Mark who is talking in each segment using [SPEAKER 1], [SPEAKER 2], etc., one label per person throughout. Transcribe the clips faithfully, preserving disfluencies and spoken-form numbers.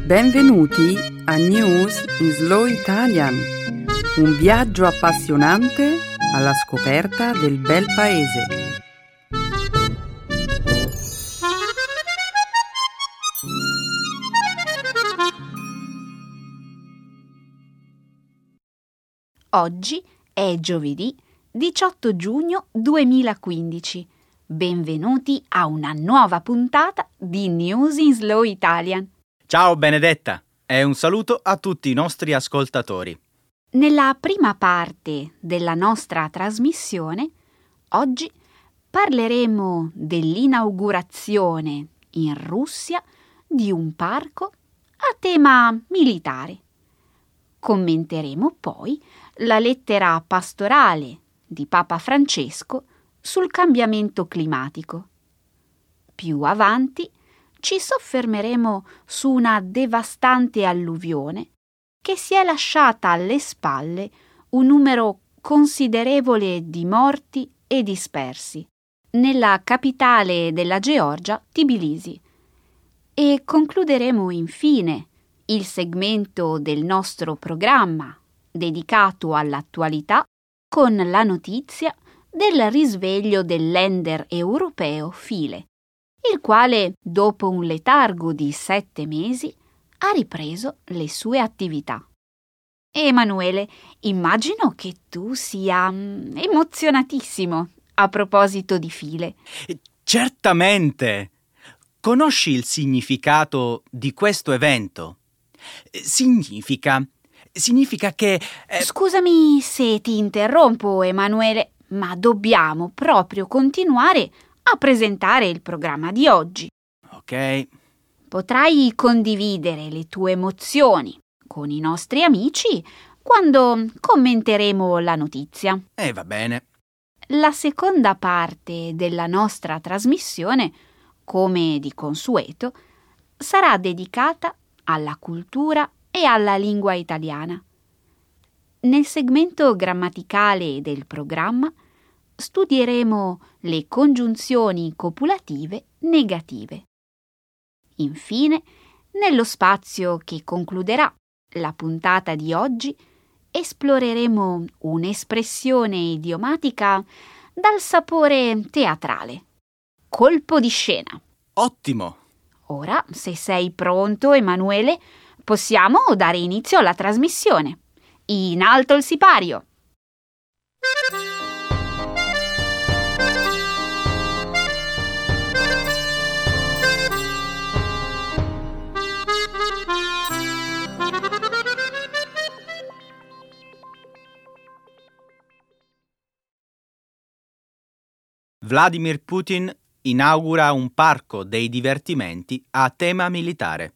[SPEAKER 1] Benvenuti a News in Slow Italian, un viaggio appassionante alla scoperta del bel paese.
[SPEAKER 2] Oggi è giovedì diciotto giugno duemilaquindici. Benvenuti a una nuova puntata di News in Slow Italian.
[SPEAKER 3] Ciao Benedetta e un saluto a tutti i nostri ascoltatori.
[SPEAKER 2] Nella prima parte della nostra trasmissione, oggi parleremo dell'inaugurazione in Russia di un parco a tema militare. Commenteremo poi la lettera pastorale di Papa Francesco sul cambiamento climatico. Più avanti ci soffermeremo su una devastante alluvione che si è lasciata alle spalle un numero considerevole di morti e dispersi nella capitale della Georgia, Tbilisi. E concluderemo infine il segmento del nostro programma dedicato all'attualità con la notizia del risveglio del lender europeo File, il quale, dopo un letargo di sette mesi, ha ripreso le sue attività. Emanuele, immagino che tu sia mm, emozionatissimo a proposito di File.
[SPEAKER 3] Certamente! Conosci il significato di questo evento? Significa... Significa che... Eh...
[SPEAKER 2] Scusami se ti interrompo, Emanuele, ma dobbiamo proprio continuare a presentare il programma di oggi.
[SPEAKER 3] Ok.
[SPEAKER 2] Potrai condividere le tue emozioni con i nostri amici quando commenteremo la notizia.
[SPEAKER 3] Eh, va bene.
[SPEAKER 2] La seconda parte della nostra trasmissione, come di consueto, sarà dedicata alla cultura e alla lingua italiana. Nel segmento grammaticale del programma studieremo le congiunzioni copulative negative. Infine, nello spazio che concluderà la puntata di oggi, esploreremo un'espressione idiomatica dal sapore teatrale. Colpo di scena.
[SPEAKER 3] Ottimo!
[SPEAKER 2] Ora, se sei pronto, Emanuele, possiamo dare inizio alla trasmissione. In alto il sipario!
[SPEAKER 3] Vladimir Putin inaugura un parco dei divertimenti a tema militare.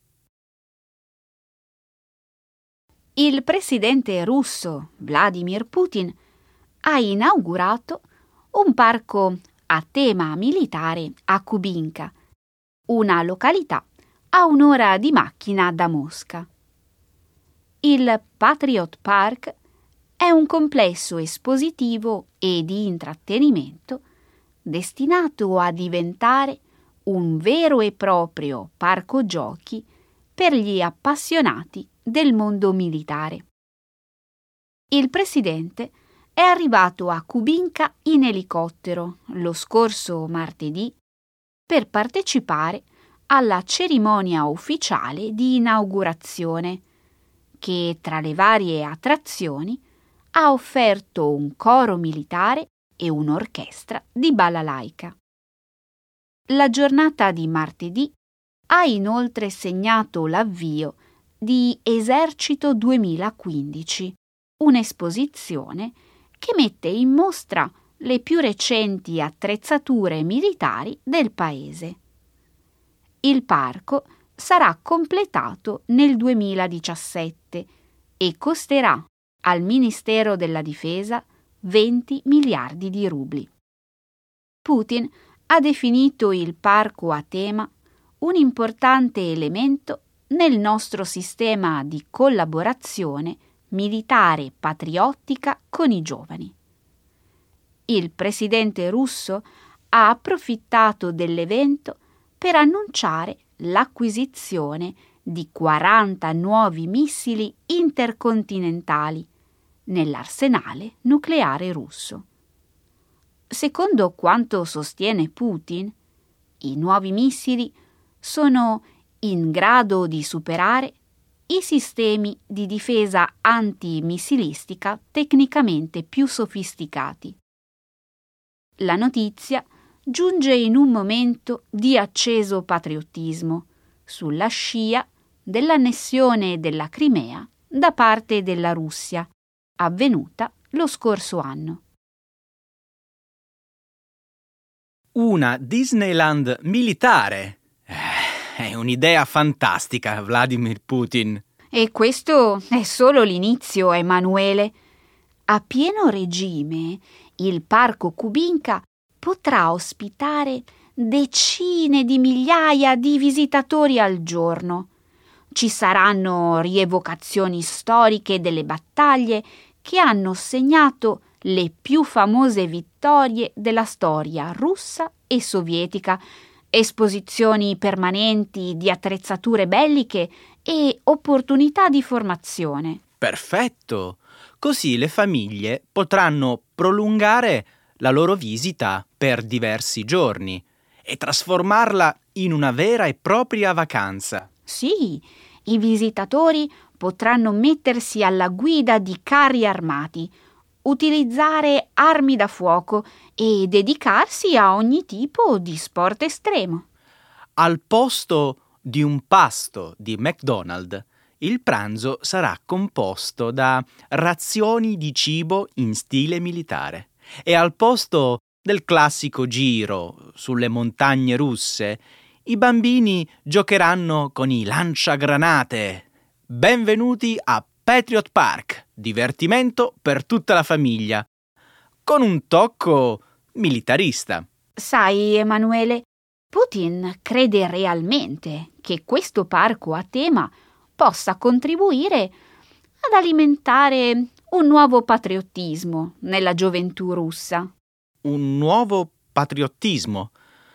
[SPEAKER 2] Il presidente russo Vladimir Putin ha inaugurato un parco a tema militare a Kubinka, una località a un'ora di macchina da Mosca. Il Patriot Park è un complesso espositivo e di intrattenimento destinato a diventare un vero e proprio parco giochi per gli appassionati del mondo militare. Il presidente è arrivato a Kubinka in elicottero lo scorso martedì per partecipare alla cerimonia ufficiale di inaugurazione che, tra le varie attrazioni, ha offerto un coro militare e un'orchestra di balalaica. La giornata di martedì ha inoltre segnato l'avvio di Esercito duemilaquindici, un'esposizione che mette in mostra le più recenti attrezzature militari del paese. Il parco sarà completato nel duemiladiciassette e costerà al Ministero della Difesa venti miliardi di rubli. Putin ha definito il parco a tema un importante elemento nel nostro sistema di collaborazione militare patriottica con i giovani. Il presidente russo ha approfittato dell'evento per annunciare l'acquisizione di quaranta nuovi missili intercontinentali nell'arsenale nucleare russo. Secondo quanto sostiene Putin, i nuovi missili sono in grado di superare i sistemi di difesa antimissilistica tecnicamente più sofisticati. La notizia giunge in un momento di acceso patriottismo sulla scia dell'annessione della Crimea da parte della Russia, avvenuta lo scorso anno.
[SPEAKER 3] Una Disneyland militare. È un'idea fantastica, Vladimir Putin.
[SPEAKER 2] E questo è solo l'inizio, Emanuele. A pieno regime, il parco Kubinka potrà ospitare decine di migliaia di visitatori al giorno. Ci saranno rievocazioni storiche delle battaglie che hanno segnato le più famose vittorie della storia russa e sovietica, esposizioni permanenti di attrezzature belliche e opportunità di formazione.
[SPEAKER 3] Perfetto! Così le famiglie potranno prolungare la loro visita per diversi giorni e trasformarla in una vera e propria vacanza.
[SPEAKER 2] Sì, i visitatori potranno mettersi alla guida di carri armati, utilizzare armi da fuoco e dedicarsi a ogni tipo di sport estremo.
[SPEAKER 3] Al posto di un pasto di McDonald's, il pranzo sarà composto da razioni di cibo in stile militare e al posto del classico giro sulle montagne russe, i bambini giocheranno con i lanciagranate. Benvenuti a Patriot Park, divertimento per tutta la famiglia, con un tocco militarista.
[SPEAKER 2] Sai, Emanuele, Putin crede realmente che questo parco a tema possa contribuire ad alimentare un nuovo patriottismo nella gioventù russa.
[SPEAKER 3] Un nuovo patriottismo?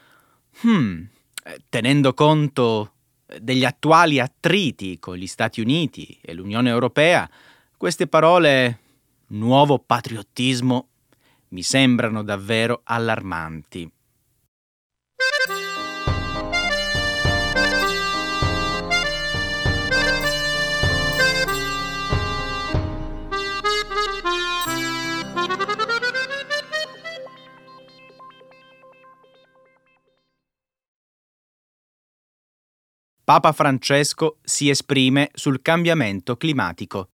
[SPEAKER 3] Hmm, tenendo conto degli attuali attriti con gli Stati Uniti e l'Unione Europea, queste parole, nuovo patriottismo, mi sembrano davvero allarmanti. Papa Francesco si esprime sul cambiamento climatico.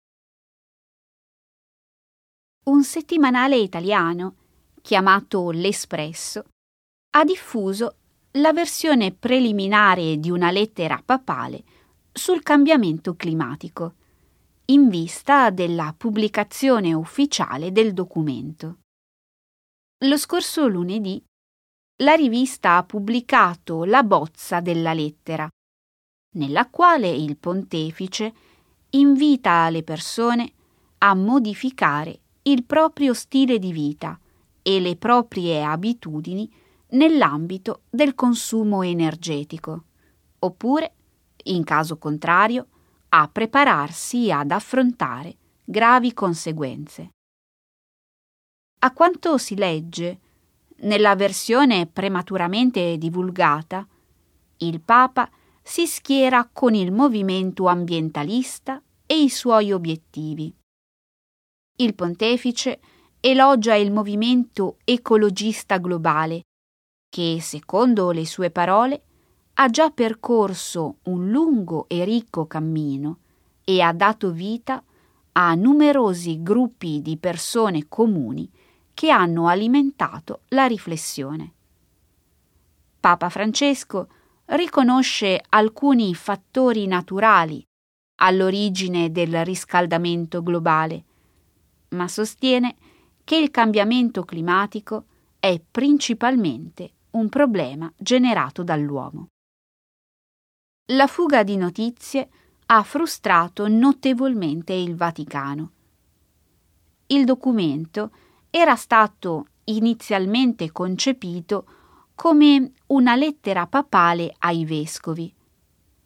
[SPEAKER 2] Un settimanale italiano, chiamato L'Espresso, ha diffuso la versione preliminare di una lettera papale sul cambiamento climatico, in vista della pubblicazione ufficiale del documento. Lo scorso lunedì, la rivista ha pubblicato la bozza della lettera, nella quale il pontefice invita le persone a modificare il proprio stile di vita e le proprie abitudini nell'ambito del consumo energetico, oppure, in caso contrario, a prepararsi ad affrontare gravi conseguenze. A quanto si legge nella versione prematuramente divulgata, il Papa si schiera con il movimento ambientalista e i suoi obiettivi. Il pontefice elogia il movimento ecologista globale che, secondo le sue parole, ha già percorso un lungo e ricco cammino e ha dato vita a numerosi gruppi di persone comuni che hanno alimentato la riflessione. Papa Francesco riconosce alcuni fattori naturali all'origine del riscaldamento globale, ma sostiene che il cambiamento climatico è principalmente un problema generato dall'uomo. La fuga di notizie ha frustrato notevolmente il Vaticano. Il documento era stato inizialmente concepito come una lettera papale ai vescovi.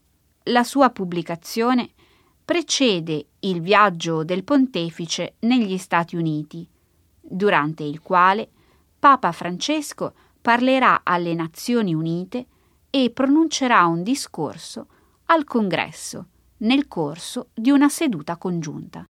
[SPEAKER 2] La sua pubblicazione precede il viaggio del pontefice negli Stati Uniti, durante il quale Papa Francesco parlerà alle Nazioni Unite e pronuncerà un discorso al Congresso nel corso di una seduta congiunta.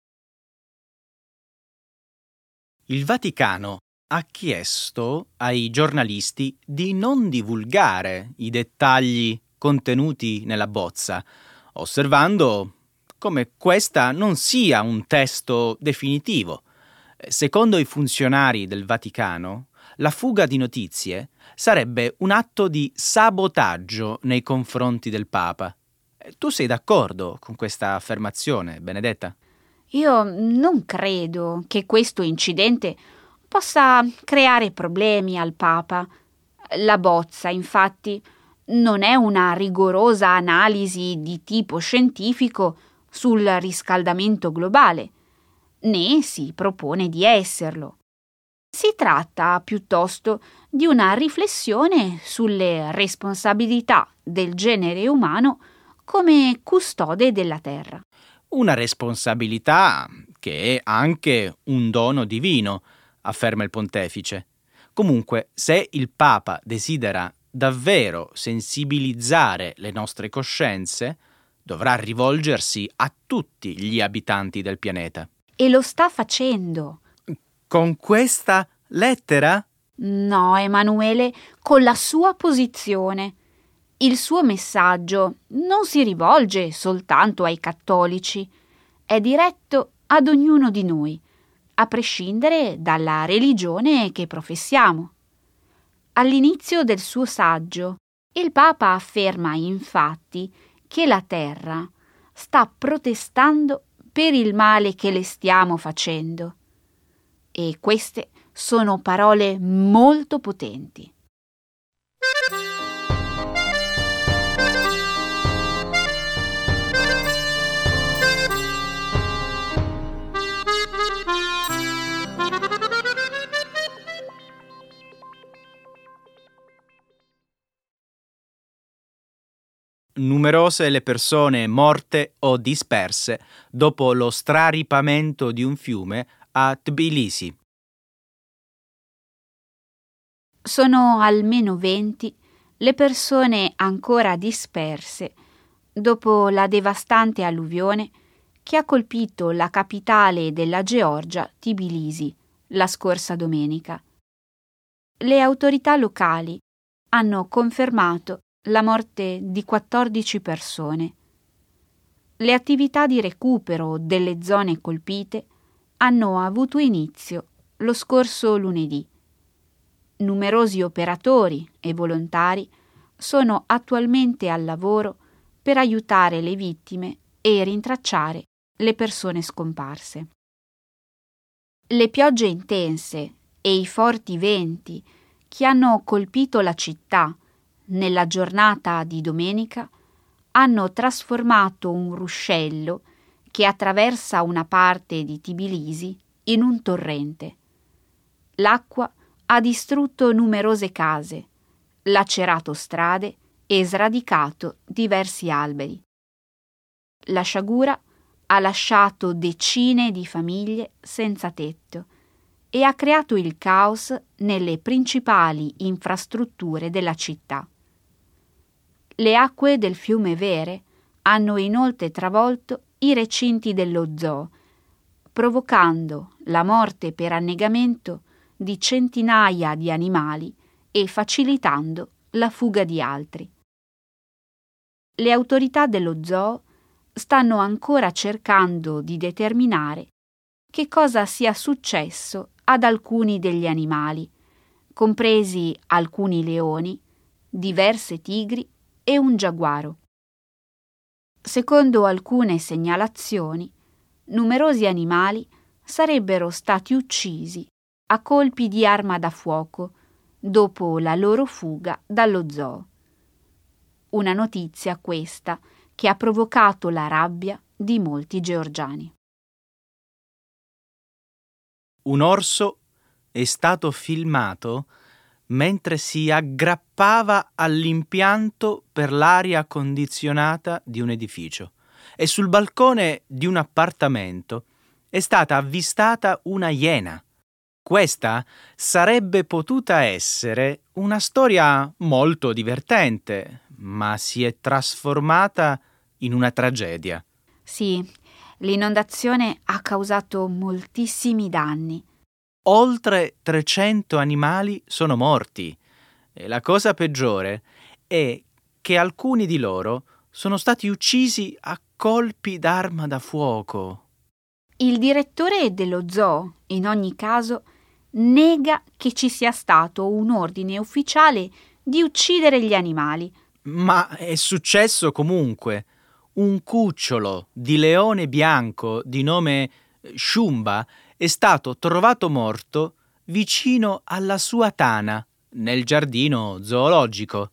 [SPEAKER 3] Il Vaticano ha chiesto ai giornalisti di non divulgare i dettagli contenuti nella bozza, osservando come questa non sia un testo definitivo. Secondo i funzionari del Vaticano, la fuga di notizie sarebbe un atto di sabotaggio nei confronti del Papa. Tu sei d'accordo con questa affermazione, Benedetta?
[SPEAKER 2] Io non credo che questo incidente possa creare problemi al Papa. La bozza, infatti, non è una rigorosa analisi di tipo scientifico sul riscaldamento globale, né si propone di esserlo. Si tratta piuttosto di una riflessione sulle responsabilità del genere umano come custode della terra.
[SPEAKER 3] Una responsabilità che è anche un dono divino, afferma il pontefice. Comunque, se il Papa desidera davvero sensibilizzare le nostre coscienze, dovrà rivolgersi a tutti gli abitanti del pianeta.
[SPEAKER 2] E lo sta facendo.
[SPEAKER 3] Con questa lettera?
[SPEAKER 2] No, Emanuele, con la sua posizione. Il suo messaggio non si rivolge soltanto ai cattolici, è diretto ad ognuno di noi, a prescindere dalla religione che professiamo. All'inizio del suo saggio, il Papa afferma infatti che la Terra sta protestando per il male che le stiamo facendo. E queste sono parole molto potenti.
[SPEAKER 3] Numerose le persone morte o disperse dopo lo straripamento di un fiume a Tbilisi.
[SPEAKER 2] Sono almeno venti le persone ancora disperse dopo la devastante alluvione che ha colpito la capitale della Georgia, Tbilisi, la scorsa domenica. Le autorità locali hanno confermato la morte di quattordici persone. Le attività di recupero delle zone colpite hanno avuto inizio lo scorso lunedì. Numerosi operatori e volontari sono attualmente al lavoro per aiutare le vittime e rintracciare le persone scomparse. Le piogge intense e i forti venti che hanno colpito la città nella giornata di domenica hanno trasformato un ruscello che attraversa una parte di Tbilisi in un torrente. L'acqua ha distrutto numerose case, lacerato strade e sradicato diversi alberi. La sciagura ha lasciato decine di famiglie senza tetto e ha creato il caos nelle principali infrastrutture della città. Le acque del fiume Vere hanno inoltre travolto i recinti dello zoo, provocando la morte per annegamento di centinaia di animali e facilitando la fuga di altri. Le autorità dello zoo stanno ancora cercando di determinare che cosa sia successo ad alcuni degli animali, compresi alcuni leoni, diverse tigri e un giaguaro. Secondo alcune segnalazioni, numerosi animali sarebbero stati uccisi a colpi di arma da fuoco dopo la loro fuga dallo zoo. Una notizia questa che ha provocato la rabbia di molti georgiani.
[SPEAKER 3] Un orso è stato filmato mentre si aggrappava all'impianto per l'aria condizionata di un edificio e sul balcone di un appartamento è stata avvistata una iena. Questa sarebbe potuta essere una storia molto divertente, ma si è trasformata in una tragedia.
[SPEAKER 2] Sì, l'inondazione ha causato moltissimi danni.
[SPEAKER 3] Oltre trecento animali sono morti e la cosa peggiore è che alcuni di loro sono stati uccisi a colpi d'arma da fuoco.
[SPEAKER 2] Il direttore dello zoo, in ogni caso, nega che ci sia stato un ordine ufficiale di uccidere gli animali.
[SPEAKER 3] Ma è successo comunque. Un cucciolo di leone bianco di nome Shumba è stato trovato morto vicino alla sua tana nel giardino zoologico.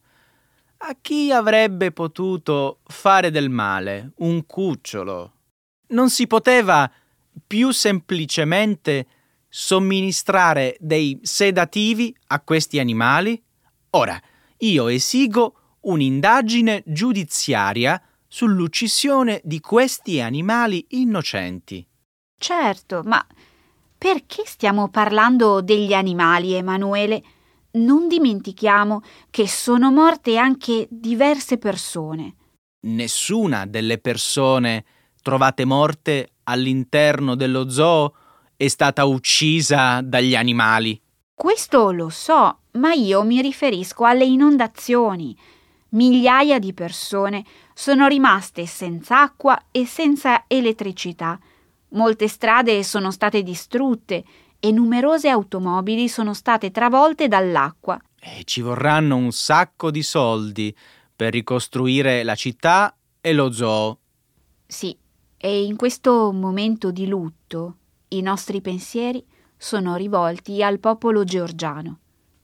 [SPEAKER 3] A chi avrebbe potuto fare del male un cucciolo? Non si poteva più semplicemente somministrare dei sedativi a questi animali? Ora, io esigo un'indagine giudiziaria sull'uccisione di questi animali innocenti.
[SPEAKER 2] Certo, ma perché stiamo parlando degli animali, Emanuele? Non dimentichiamo che sono morte anche diverse persone.
[SPEAKER 3] Nessuna delle persone trovate morte all'interno dello zoo è stata uccisa dagli animali.
[SPEAKER 2] Questo lo so, ma io mi riferisco alle inondazioni. Migliaia di persone sono rimaste senza acqua e senza elettricità. Molte strade sono state distrutte e numerose automobili sono state travolte dall'acqua.
[SPEAKER 3] E ci vorranno un sacco di soldi per ricostruire la città e lo zoo.
[SPEAKER 2] Sì, e in questo momento di lutto i nostri pensieri sono rivolti al popolo georgiano.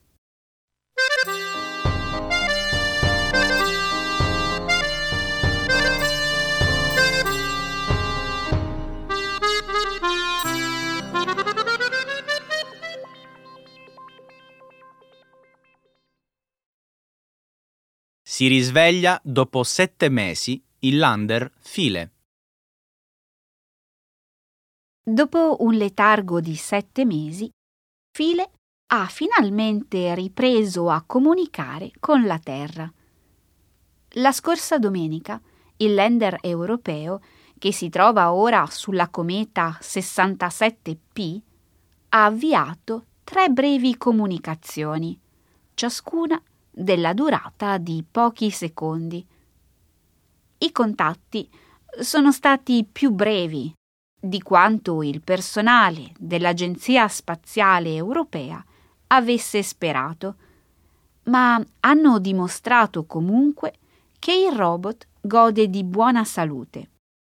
[SPEAKER 3] Si risveglia dopo sette mesi il lander File.
[SPEAKER 2] Dopo un letargo di sette mesi, File ha finalmente ripreso a comunicare con la Terra. La scorsa domenica, il lander europeo, che si trova ora sulla cometa sessantasette P, ha avviato tre brevi comunicazioni, ciascuna della durata di pochi secondi. I contatti sono stati più brevi di quanto il personale dell'Agenzia Spaziale Europea avesse sperato, ma hanno dimostrato comunque che il robot gode di buona salute.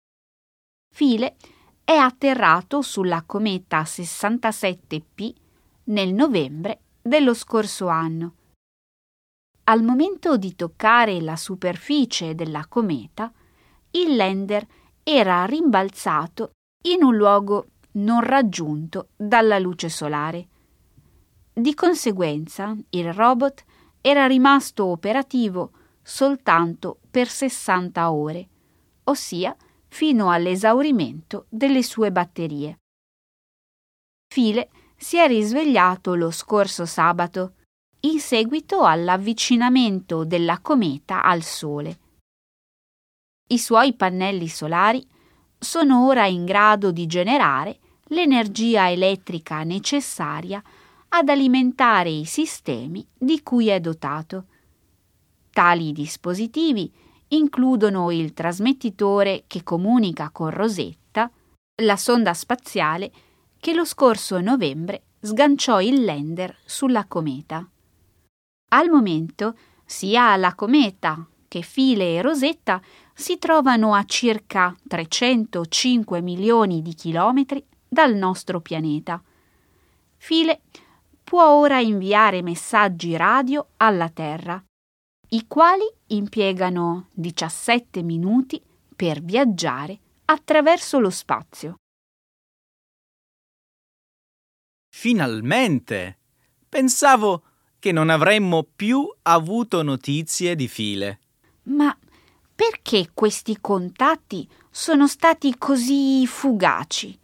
[SPEAKER 2] File è atterrato sulla cometa sessantasette P nel novembre dello scorso anno. Al momento di toccare la superficie della cometa, il lander era rimbalzato in un luogo non raggiunto dalla luce solare. Di conseguenza, il robot era rimasto operativo soltanto per sessanta ore, ossia fino all'esaurimento delle sue batterie. File si è risvegliato lo scorso sabato, in seguito all'avvicinamento della cometa al Sole. I suoi pannelli solari sono ora in grado di generare l'energia elettrica necessaria ad alimentare i sistemi di cui è dotato. Tali dispositivi includono il trasmettitore che comunica con Rosetta, la sonda spaziale che lo scorso novembre sganciò il lander sulla cometa. Al momento, sia la cometa che File e Rosetta si trovano a circa trecentocinque milioni di chilometri dal nostro pianeta. File può ora inviare messaggi radio alla Terra, i quali impiegano diciassette minuti per viaggiare attraverso lo spazio.
[SPEAKER 3] Finalmente! Pensavo che non avremmo più avuto notizie di File.
[SPEAKER 2] Ma perché questi contatti sono stati così fugaci?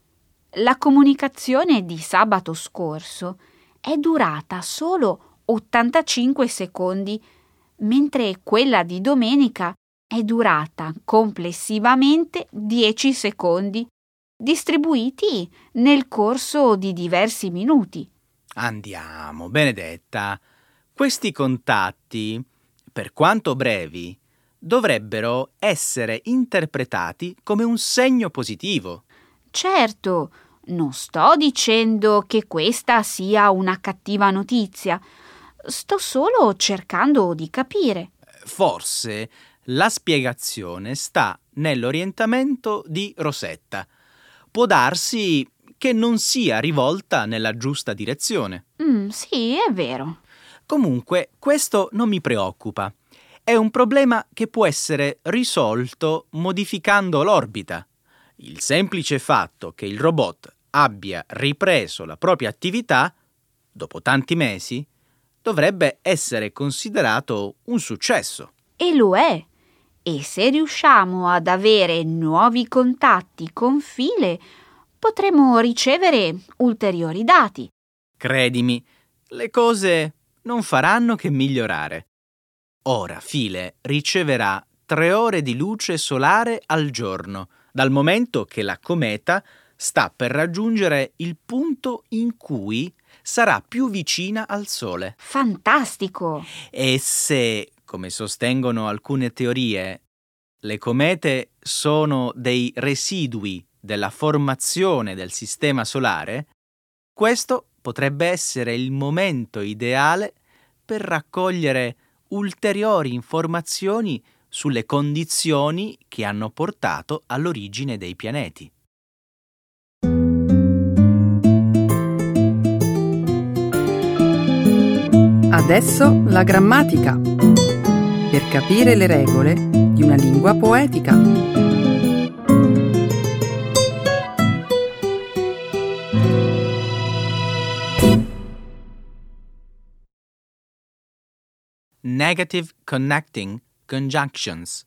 [SPEAKER 2] La comunicazione di sabato scorso è durata solo ottantacinque secondi, mentre quella di domenica è durata complessivamente dieci secondi, distribuiti nel corso di diversi minuti.
[SPEAKER 3] Andiamo, Benedetta. Questi contatti, per quanto brevi, dovrebbero essere interpretati come un segno positivo.
[SPEAKER 2] Certo, non sto dicendo che questa sia una cattiva notizia. Sto solo cercando di capire.
[SPEAKER 3] Forse la spiegazione sta nell'orientamento di Rosetta. Può darsi che non sia rivolta nella giusta direzione.
[SPEAKER 2] Mm, sì, è vero.
[SPEAKER 3] Comunque, questo non mi preoccupa. È un problema che può essere risolto modificando l'orbita. Il semplice fatto che il robot abbia ripreso la propria attività, dopo tanti mesi, dovrebbe essere considerato un successo.
[SPEAKER 2] E lo è. E se riusciamo ad avere nuovi contatti con File, potremo ricevere ulteriori dati.
[SPEAKER 3] Credimi, le cose non faranno che migliorare. Ora File riceverà tre ore di luce solare al giorno, dal momento che la cometa sta per raggiungere il punto in cui sarà più vicina al Sole.
[SPEAKER 2] Fantastico!
[SPEAKER 3] E se, come sostengono alcune teorie, le comete sono dei residui della formazione del Sistema Solare, questo potrebbe essere il momento ideale per raccogliere ulteriori informazioni sulle condizioni che hanno portato all'origine dei pianeti.
[SPEAKER 1] Adesso la grammatica, per capire le regole di una lingua poetica.
[SPEAKER 3] Negative Connecting Conjunctions.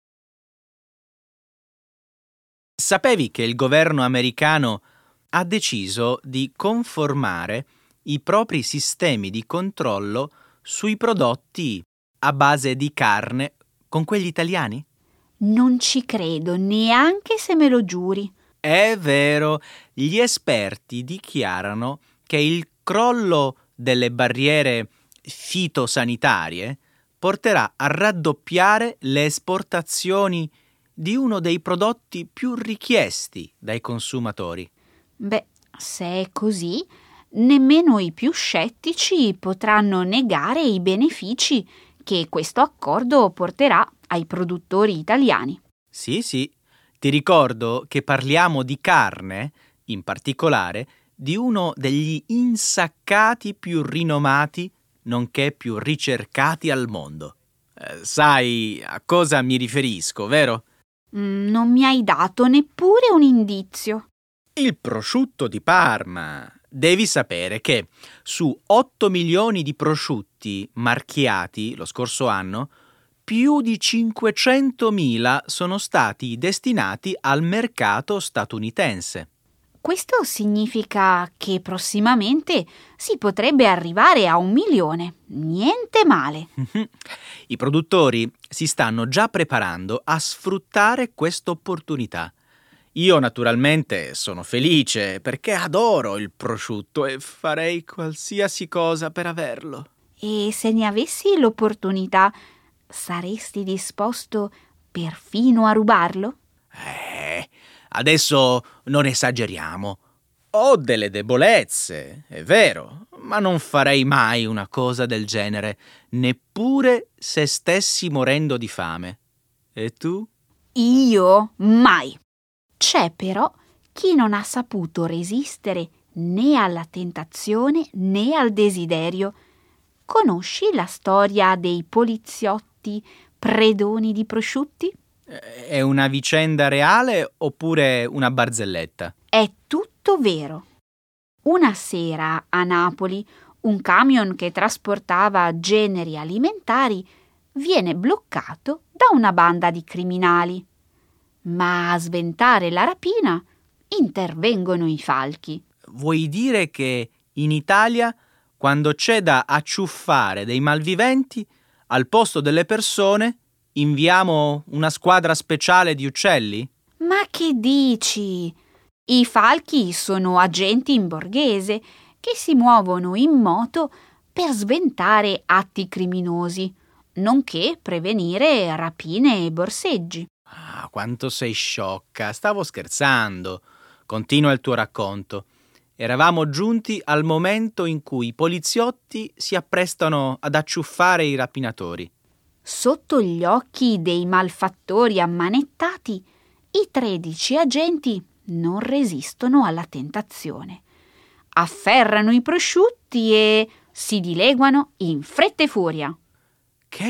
[SPEAKER 3] Sapevi che il governo americano ha deciso di conformare i propri sistemi di controllo sui prodotti a base di carne con quelli italiani?
[SPEAKER 2] Non ci credo, neanche se me lo giuri.
[SPEAKER 3] È vero, gli esperti dichiarano che il crollo delle barriere fitosanitarie porterà a raddoppiare le esportazioni di uno dei prodotti più richiesti dai consumatori.
[SPEAKER 2] Beh, se è così, nemmeno i più scettici potranno negare i benefici che questo accordo porterà ai produttori italiani.
[SPEAKER 3] Sì, sì. Ti ricordo che parliamo di carne, in particolare, di uno degli insaccati più rinomati nonché più ricercati al mondo. Eh, sai a cosa mi riferisco, vero?
[SPEAKER 2] Mm, non mi hai dato neppure un indizio.
[SPEAKER 3] Il prosciutto di Parma. Devi sapere che su otto milioni di prosciutti marchiati lo scorso anno, più di cinquecentomila sono stati destinati al mercato statunitense.
[SPEAKER 2] Questo significa che prossimamente si potrebbe arrivare a un milione. Niente male.
[SPEAKER 3] I produttori si stanno già preparando a sfruttare questa opportunità. Io naturalmente sono felice perché adoro il prosciutto e farei qualsiasi cosa per averlo.
[SPEAKER 2] E se ne avessi l'opportunità, saresti disposto perfino a rubarlo?
[SPEAKER 3] Eh, adesso non esageriamo. Ho delle debolezze, è vero, ma non farei mai una cosa del genere, neppure se stessi morendo di fame. E tu?
[SPEAKER 2] Io mai. C'è però chi non ha saputo resistere né alla tentazione né al desiderio. Conosci la storia dei poliziotti predoni di prosciutti?
[SPEAKER 3] È una vicenda reale oppure una barzelletta?
[SPEAKER 2] È tutto vero. Una sera a Napoli Un camion che trasportava generi alimentari viene bloccato da una banda di criminali. Ma a sventare la rapina intervengono i falchi.
[SPEAKER 3] Vuoi dire che in Italia, quando c'è da acciuffare dei malviventi, al posto delle persone inviamo una squadra speciale di uccelli?
[SPEAKER 2] Ma che dici? I falchi sono agenti in borghese che si muovono in moto per sventare atti criminosi, nonché prevenire rapine e borseggi.
[SPEAKER 3] Ah, quanto sei sciocca, stavo scherzando. Continua il tuo racconto. Eravamo giunti al momento in cui i poliziotti si apprestano ad acciuffare i rapinatori.
[SPEAKER 2] Sotto gli occhi dei malfattori ammanettati, i tredici agenti non resistono alla tentazione. Afferrano i prosciutti e si dileguano in fretta e furia.
[SPEAKER 3] Che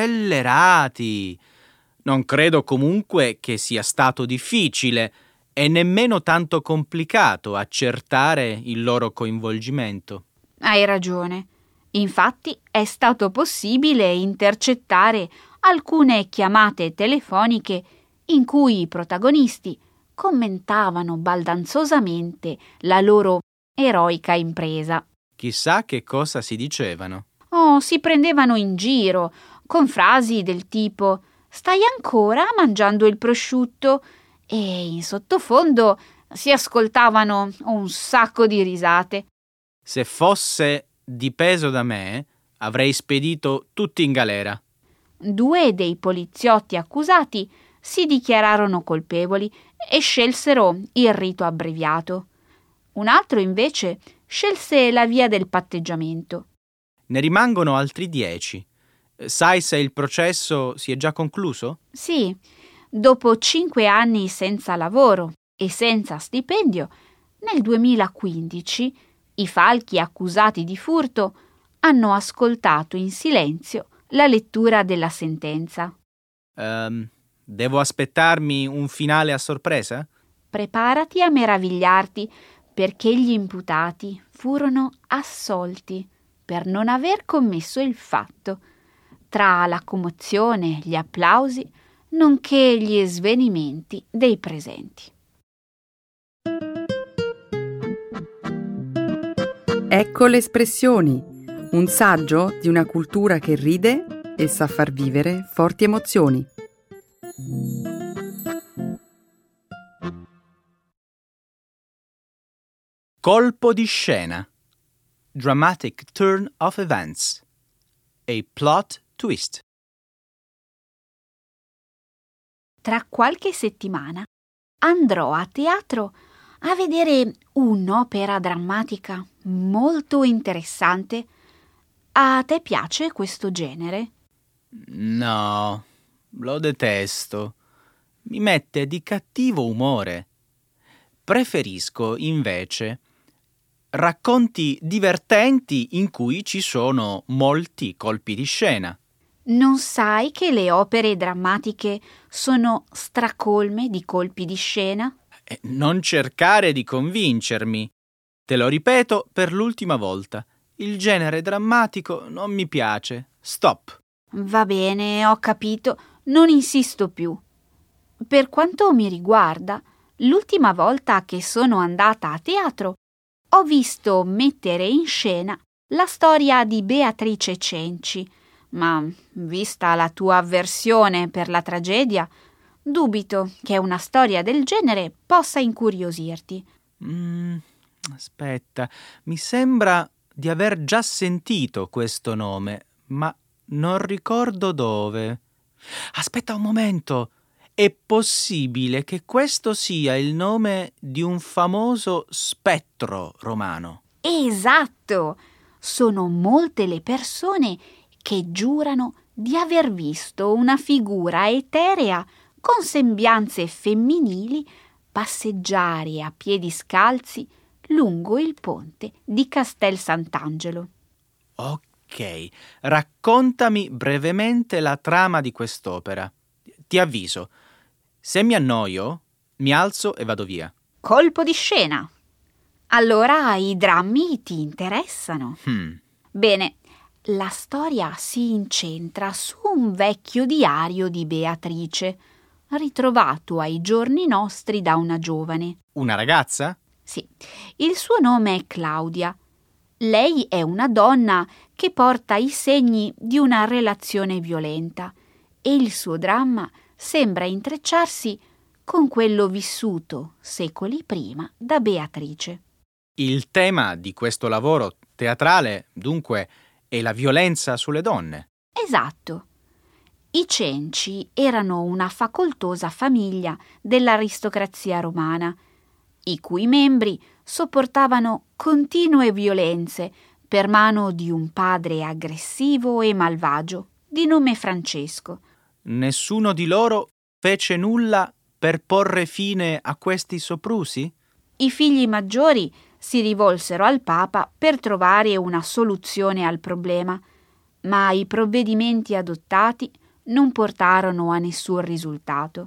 [SPEAKER 3] scellerati! Non credo comunque che sia stato difficile e nemmeno tanto complicato accertare il loro coinvolgimento.
[SPEAKER 2] Hai ragione. Infatti è stato possibile intercettare alcune chiamate telefoniche in cui i protagonisti commentavano baldanzosamente la loro eroica impresa.
[SPEAKER 3] Chissà che cosa si dicevano.
[SPEAKER 2] Oh, si prendevano in giro con frasi del tipo «Stai ancora mangiando il prosciutto?» e in sottofondo si ascoltavano un sacco di risate.
[SPEAKER 3] Se fosse dipeso da me, avrei spedito tutti in galera.
[SPEAKER 2] Due dei poliziotti accusati si dichiararono colpevoli e scelsero il rito abbreviato. Un altro invece scelse la via del patteggiamento.
[SPEAKER 3] Ne rimangono altri dieci. Sai se il processo si è già concluso?
[SPEAKER 2] Sì, dopo cinque anni senza lavoro e senza stipendio, nel duemilaquindici i falchi accusati di furto hanno ascoltato in silenzio la lettura della sentenza.
[SPEAKER 3] Um, devo aspettarmi un finale a sorpresa?
[SPEAKER 2] Preparati a meravigliarti, perché gli imputati furono assolti per non aver commesso il fatto, tra la commozione, gli applausi, nonché gli svenimenti dei presenti.
[SPEAKER 1] Ecco le espressioni, un saggio di una cultura che ride e sa far vivere forti emozioni.
[SPEAKER 3] Colpo di scena. Dramatic turn of events. A plot twist.
[SPEAKER 2] Tra qualche settimana andrò a teatro a vedere un'opera drammatica molto interessante. A te piace questo genere?
[SPEAKER 3] No, lo detesto. Mi mette di cattivo umore. Preferisco, invece, racconti divertenti in cui ci sono molti colpi di scena.
[SPEAKER 2] Non sai che le opere drammatiche sono stracolme di colpi di scena?
[SPEAKER 3] Eh, non cercare di convincermi. Te lo ripeto per l'ultima volta. Il genere drammatico non mi piace. Stop.
[SPEAKER 2] Va bene, ho capito. Non insisto più. Per quanto mi riguarda, l'ultima volta che sono andata a teatro ho visto mettere in scena la storia di Beatrice Cenci, ma vista la tua avversione per la tragedia, dubito che una storia del genere possa incuriosirti.
[SPEAKER 3] Mm, aspetta, mi sembra di aver già sentito questo nome, ma non ricordo dove. Aspetta un momento. È possibile che questo sia il nome di un famoso spettro romano.
[SPEAKER 2] Esatto! Sono molte le persone che giurano di aver visto una figura eterea con sembianze femminili passeggiare a piedi scalzi lungo il ponte di Castel Sant'Angelo.
[SPEAKER 3] Ok, raccontami brevemente la trama di quest'opera. Ti avviso, se mi annoio, mi alzo e vado via.
[SPEAKER 2] Colpo di scena! Allora i drammi ti interessano?
[SPEAKER 3] Hmm,
[SPEAKER 2] Bene, la storia si incentra su un vecchio diario di Beatrice, ritrovato ai giorni nostri da una giovane.
[SPEAKER 3] Una ragazza?
[SPEAKER 2] Sì, il suo nome è Claudia. Lei è una donna che porta i segni di una relazione violenta e il suo dramma sembra intrecciarsi con quello vissuto secoli prima da Beatrice.
[SPEAKER 3] Il tema di questo lavoro teatrale, dunque, è la violenza sulle donne.
[SPEAKER 2] Esatto. I Cenci erano una facoltosa famiglia dell'aristocrazia romana, i cui membri sopportavano continue violenze per mano di un padre aggressivo e malvagio di nome Francesco.
[SPEAKER 3] Nessuno di loro fece nulla per porre fine a questi soprusi?
[SPEAKER 2] I figli maggiori si rivolsero al Papa per trovare una soluzione al problema, ma i provvedimenti adottati non portarono a nessun risultato.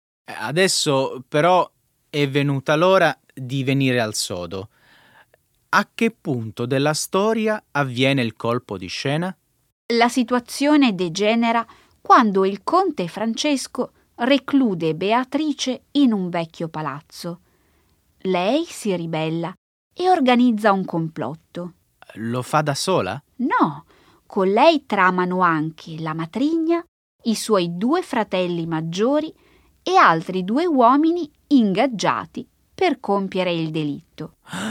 [SPEAKER 3] Adesso però è venuta l'ora di venire al sodo. A che punto della storia avviene il colpo di scena?
[SPEAKER 2] La situazione degenera quando il conte Francesco reclude Beatrice in un vecchio palazzo. Lei si ribella e organizza un complotto.
[SPEAKER 3] Lo fa da sola?
[SPEAKER 2] No, con lei tramano anche la matrigna, i suoi due fratelli maggiori e altri due uomini ingaggiati per compiere il delitto.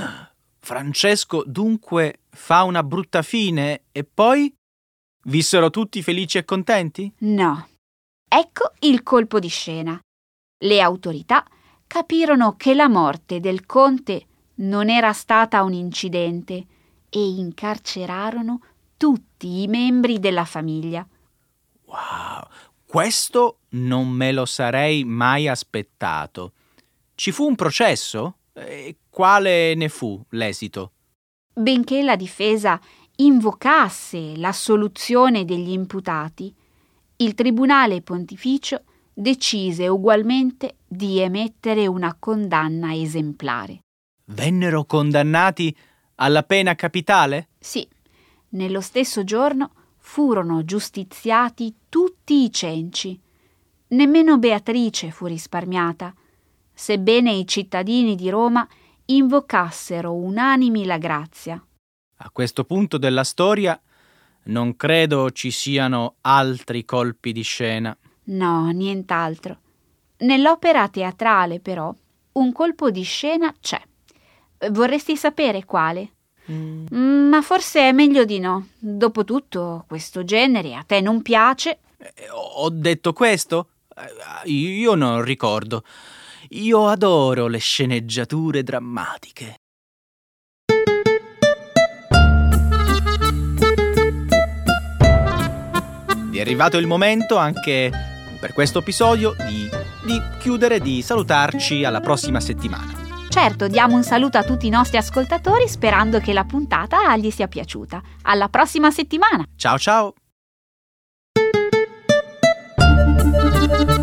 [SPEAKER 3] Francesco dunque fa una brutta fine e poi vissero tutti felici e contenti?
[SPEAKER 2] No. Ecco il colpo di scena. Le autorità capirono che la morte del conte non era stata un incidente e incarcerarono tutti i membri della famiglia.
[SPEAKER 3] Wow, questo non me lo sarei mai aspettato. Ci fu un processo? E quale ne fu l'esito?
[SPEAKER 2] Benché la difesa invocasse l'assoluzione degli imputati, il Tribunale Pontificio decise ugualmente di emettere una condanna esemplare.
[SPEAKER 3] Vennero condannati alla pena capitale?
[SPEAKER 2] Sì, nello stesso giorno furono giustiziati tutti i Cenci. Nemmeno Beatrice fu risparmiata, sebbene i cittadini di Roma invocassero unanimi la grazia.
[SPEAKER 3] A questo punto della storia non credo ci siano altri colpi di scena.
[SPEAKER 2] No, nient'altro. Nell'opera teatrale, però, un colpo di scena c'è. Vorresti sapere quale? Mm. Ma forse è meglio di no. Dopotutto, questo genere a te non piace.
[SPEAKER 3] Eh, ho detto questo? Eh, io non ricordo. Io adoro le sceneggiature drammatiche. È arrivato il momento anche per questo episodio di, di chiudere, di salutarci alla prossima settimana.
[SPEAKER 2] Certo, diamo un saluto a tutti i nostri ascoltatori sperando che la puntata gli sia piaciuta. Alla prossima settimana!
[SPEAKER 3] Ciao ciao!